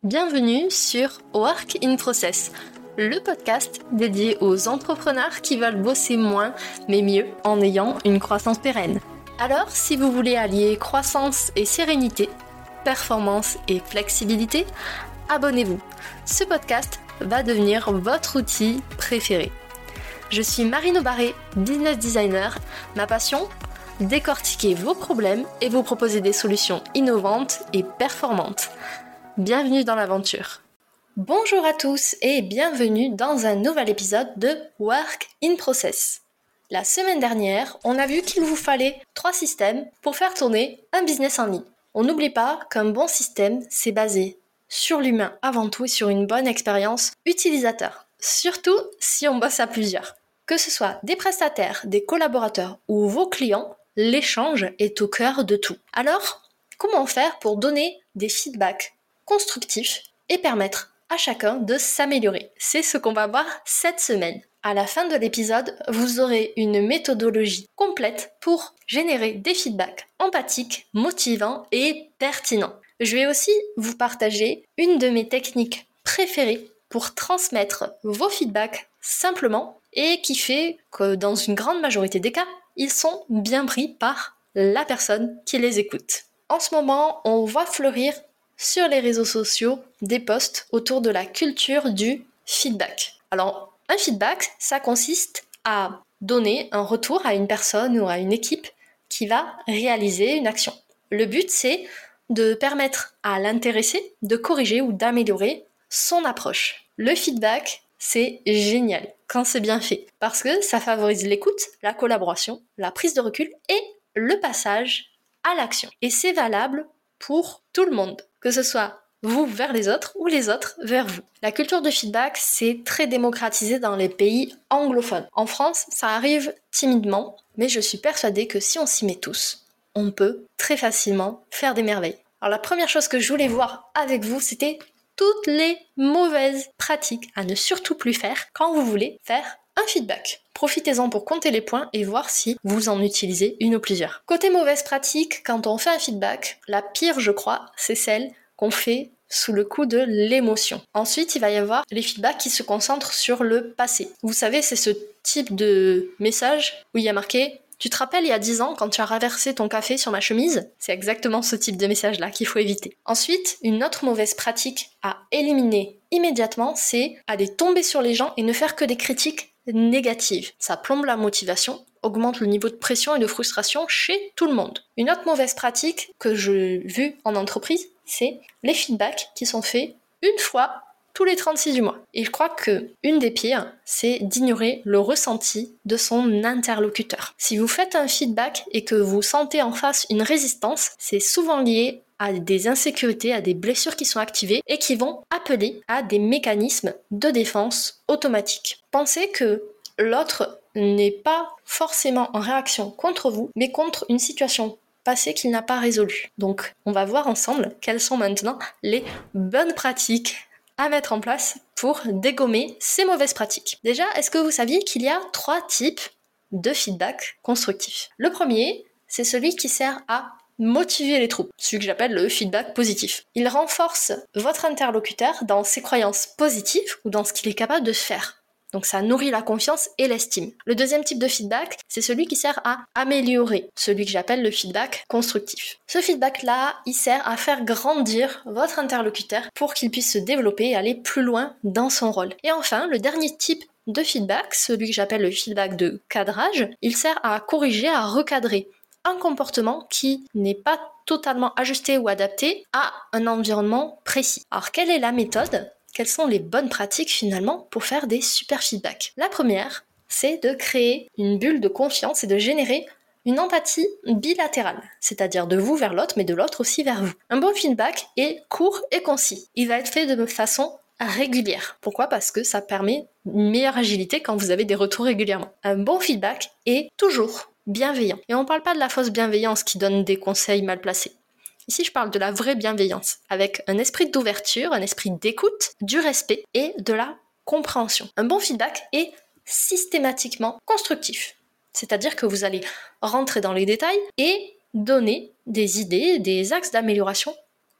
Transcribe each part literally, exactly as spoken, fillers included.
Bienvenue sur Work in Process, le podcast dédié aux entrepreneurs qui veulent bosser moins mais mieux en ayant une croissance pérenne. Alors, si vous voulez allier croissance et sérénité, performance et flexibilité, abonnez-vous. Ce podcast va devenir votre outil préféré. Je suis Marine Aubaré, business designer. Ma passion ? Décortiquer vos problèmes et vous proposer des solutions innovantes et performantes. Bienvenue dans l'aventure. Bonjour à tous et bienvenue dans un nouvel épisode de Work in Process. La semaine dernière, on a vu qu'il vous fallait trois systèmes pour faire tourner un business en ligne. On n'oublie pas qu'un bon système, c'est basé sur l'humain avant tout et sur une bonne expérience utilisateur. Surtout si on bosse à plusieurs. Que ce soit des prestataires, des collaborateurs ou vos clients, l'échange est au cœur de tout. Alors, comment faire pour donner des feedbacks constructif et permettre à chacun de s'améliorer. C'est ce qu'on va voir cette semaine. À la fin de l'épisode, vous aurez une méthodologie complète pour générer des feedbacks empathiques, motivants et pertinents. Je vais aussi vous partager une de mes techniques préférées pour transmettre vos feedbacks simplement et qui fait que dans une grande majorité des cas, ils sont bien pris par la personne qui les écoute. En ce moment, on voit fleurir sur les réseaux sociaux des posts autour de la culture du feedback. Alors, un feedback, ça consiste à donner un retour à une personne ou à une équipe qui va réaliser une action. Le but, c'est de permettre à l'intéressé de corriger ou d'améliorer son approche. Le feedback, c'est génial quand c'est bien fait parce que ça favorise l'écoute, la collaboration, la prise de recul et le passage à l'action. Et c'est valable pour tout le monde, que ce soit vous vers les autres ou les autres vers vous. La culture de feedback, c'est très démocratisé dans les pays anglophones. En France, ça arrive timidement, mais je suis persuadée que si on s'y met tous, on peut très facilement faire des merveilles. Alors la première chose que je voulais voir avec vous, c'était toutes les mauvaises pratiques à ne surtout plus faire quand vous voulez faire un feedback. Profitez-en pour compter les points et voir si vous en utilisez une ou plusieurs. Côté mauvaise pratique, quand on fait un feedback, la pire, je crois, c'est celle qu'on fait sous le coup de l'émotion. Ensuite, il va y avoir les feedbacks qui se concentrent sur le passé. Vous savez, c'est ce type de message où il y a marqué « Tu te rappelles il y a dix ans quand tu as renversé ton café sur ma chemise ?» C'est exactement ce type de message-là qu'il faut éviter. Ensuite, une autre mauvaise pratique à éliminer immédiatement, c'est aller tomber sur les gens et ne faire que des critiques négative. Ça plombe la motivation, augmente le niveau de pression et de frustration chez tout le monde. Une autre mauvaise pratique que j'ai vue en entreprise, c'est les feedbacks qui sont faits une fois tous les trente-six du mois. Et je crois que une des pires, c'est d'ignorer le ressenti de son interlocuteur. Si vous faites un feedback et que vous sentez en face une résistance, c'est souvent lié à des insécurités, à des blessures qui sont activées et qui vont appeler à des mécanismes de défense automatiques. Pensez que l'autre n'est pas forcément en réaction contre vous, mais contre une situation passée qu'il n'a pas résolue. Donc, on va voir ensemble quelles sont maintenant les bonnes pratiques à mettre en place pour dégommer ces mauvaises pratiques. Déjà, est-ce que vous saviez qu'il y a trois types de feedback constructif ? Le premier, c'est celui qui sert à motiver les troupes, celui que j'appelle le feedback positif. Il renforce votre interlocuteur dans ses croyances positives ou dans ce qu'il est capable de faire. Donc ça nourrit la confiance et l'estime. Le deuxième type de feedback, c'est celui qui sert à améliorer, celui que j'appelle le feedback constructif. Ce feedback-là, il sert à faire grandir votre interlocuteur pour qu'il puisse se développer et aller plus loin dans son rôle. Et enfin, le dernier type de feedback, celui que j'appelle le feedback de cadrage, il sert à corriger, à recadrer un comportement qui n'est pas totalement ajusté ou adapté à un environnement précis. Alors, quelle est la méthode ? Quelles sont les bonnes pratiques finalement pour faire des super feedbacks ? La première, c'est de créer une bulle de confiance et de générer une empathie bilatérale, c'est-à-dire de vous vers l'autre, mais de l'autre aussi vers vous. Un bon feedback est court et concis. Il va être fait de façon régulière. Pourquoi ? Parce que ça permet une meilleure agilité quand vous avez des retours régulièrement. Un bon feedback est toujours bienveillant. Et on ne parle pas de la fausse bienveillance qui donne des conseils mal placés. Ici, je parle de la vraie bienveillance, avec un esprit d'ouverture, un esprit d'écoute, du respect et de la compréhension. Un bon feedback est systématiquement constructif. C'est-à-dire que vous allez rentrer dans les détails et donner des idées, des axes d'amélioration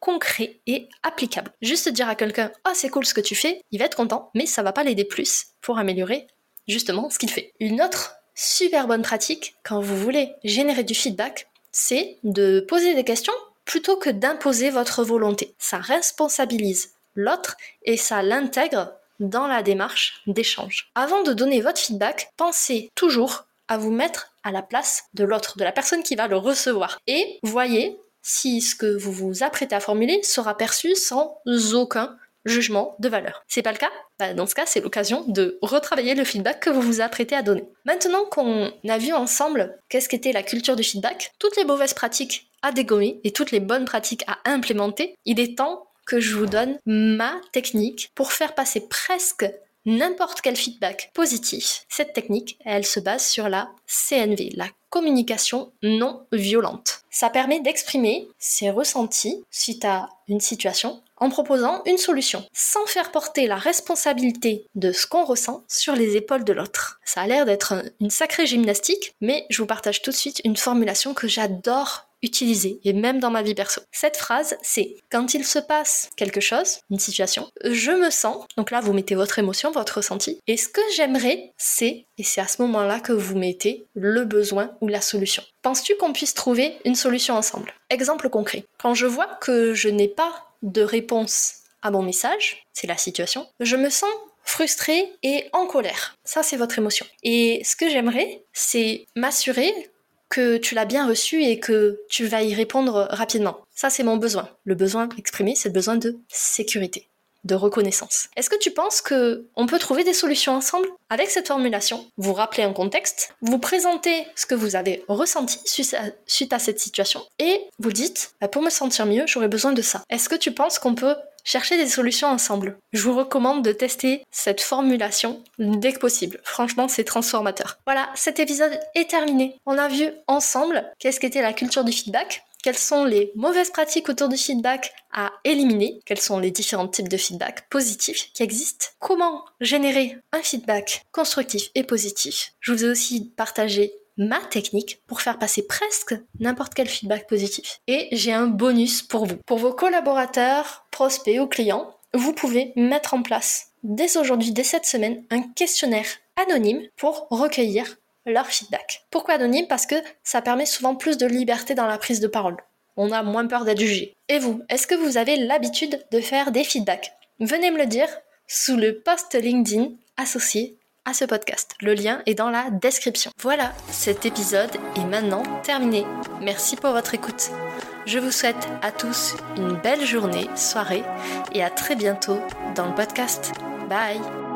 concret et applicable. Juste dire à quelqu'un « Ah, c'est cool ce que tu fais », il va être content, mais ça va pas l'aider plus pour améliorer justement ce qu'il fait. Une autre super bonne pratique, quand vous voulez générer du feedback, c'est de poser des questions plutôt que d'imposer votre volonté. Ça responsabilise l'autre et ça l'intègre dans la démarche d'échange. Avant de donner votre feedback, pensez toujours à vous mettre à la place de l'autre, de la personne qui va le recevoir. Et voyez si ce que vous vous apprêtez à formuler sera perçu sans aucun jugement de valeur. C'est pas le cas ? Bah dans ce cas, c'est l'occasion de retravailler le feedback que vous vous apprêtez à donner. Maintenant qu'on a vu ensemble qu'est-ce qu'était la culture du feedback, toutes les mauvaises pratiques à dégommer et toutes les bonnes pratiques à implémenter, il est temps que je vous donne ma technique pour faire passer presque n'importe quel feedback positif. Cette technique, elle se base sur la C N V, la communication non violente. Ça permet d'exprimer ses ressentis suite à une situation en proposant une solution, sans faire porter la responsabilité de ce qu'on ressent sur les épaules de l'autre. Ça a l'air d'être une sacrée gymnastique, mais je vous partage tout de suite une formulation que j'adore utiliser, et même dans ma vie perso. Cette phrase, c'est « Quand il se passe quelque chose, une situation, je me sens », donc là vous mettez votre émotion, votre ressenti, et ce que j'aimerais, c'est, et c'est à ce moment-là que vous mettez le besoin ou la solution. Penses-tu qu'on puisse trouver une solution ensemble ? Exemple concret. Quand je vois que je n'ai pas de réponse à mon message, c'est la situation, je me sens frustrée et en colère. Ça, c'est votre émotion. Et ce que j'aimerais, c'est m'assurer que tu l'as bien reçu et que tu vas y répondre rapidement. Ça, c'est mon besoin. Le besoin exprimé, c'est le besoin de sécurité, de reconnaissance. Est-ce que tu penses qu'on peut trouver des solutions ensemble ? Avec cette formulation, vous rappelez un contexte, vous présentez ce que vous avez ressenti suite à, suite à cette situation et vous dites bah, « Pour me sentir mieux, j'aurais besoin de ça ». Est-ce que tu penses qu'on peut chercher des solutions ensemble ? Je vous recommande de tester cette formulation dès que possible. Franchement, c'est transformateur. Voilà, cet épisode est terminé. On a vu ensemble qu'est-ce qu'était la culture du feedback, quelles sont les mauvaises pratiques autour du feedback à éliminer, quels sont les différents types de feedback positifs qui existent, comment générer un feedback constructif et positif. Je vous ai aussi partagé ma technique pour faire passer presque n'importe quel feedback positif. Et j'ai un bonus pour vous. Pour vos collaborateurs, prospects ou clients, vous pouvez mettre en place dès aujourd'hui, dès cette semaine, un questionnaire anonyme pour recueillir leur feedback. Pourquoi anonyme ? Parce que ça permet souvent plus de liberté dans la prise de parole. On a moins peur d'être jugé. Et vous, est-ce que vous avez l'habitude de faire des feedbacks ? Venez me le dire sous le post LinkedIn associé à ce podcast. Le lien est dans la description. Voilà, cet épisode est maintenant terminé. Merci pour votre écoute. Je vous souhaite à tous une belle journée, soirée et à très bientôt dans le podcast. Bye!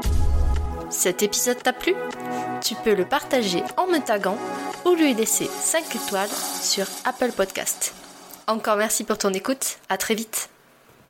Cet épisode t'a plu ? Tu peux le partager en me taguant ou lui laisser cinq étoiles sur Apple Podcast. Encore merci pour ton écoute, à très vite.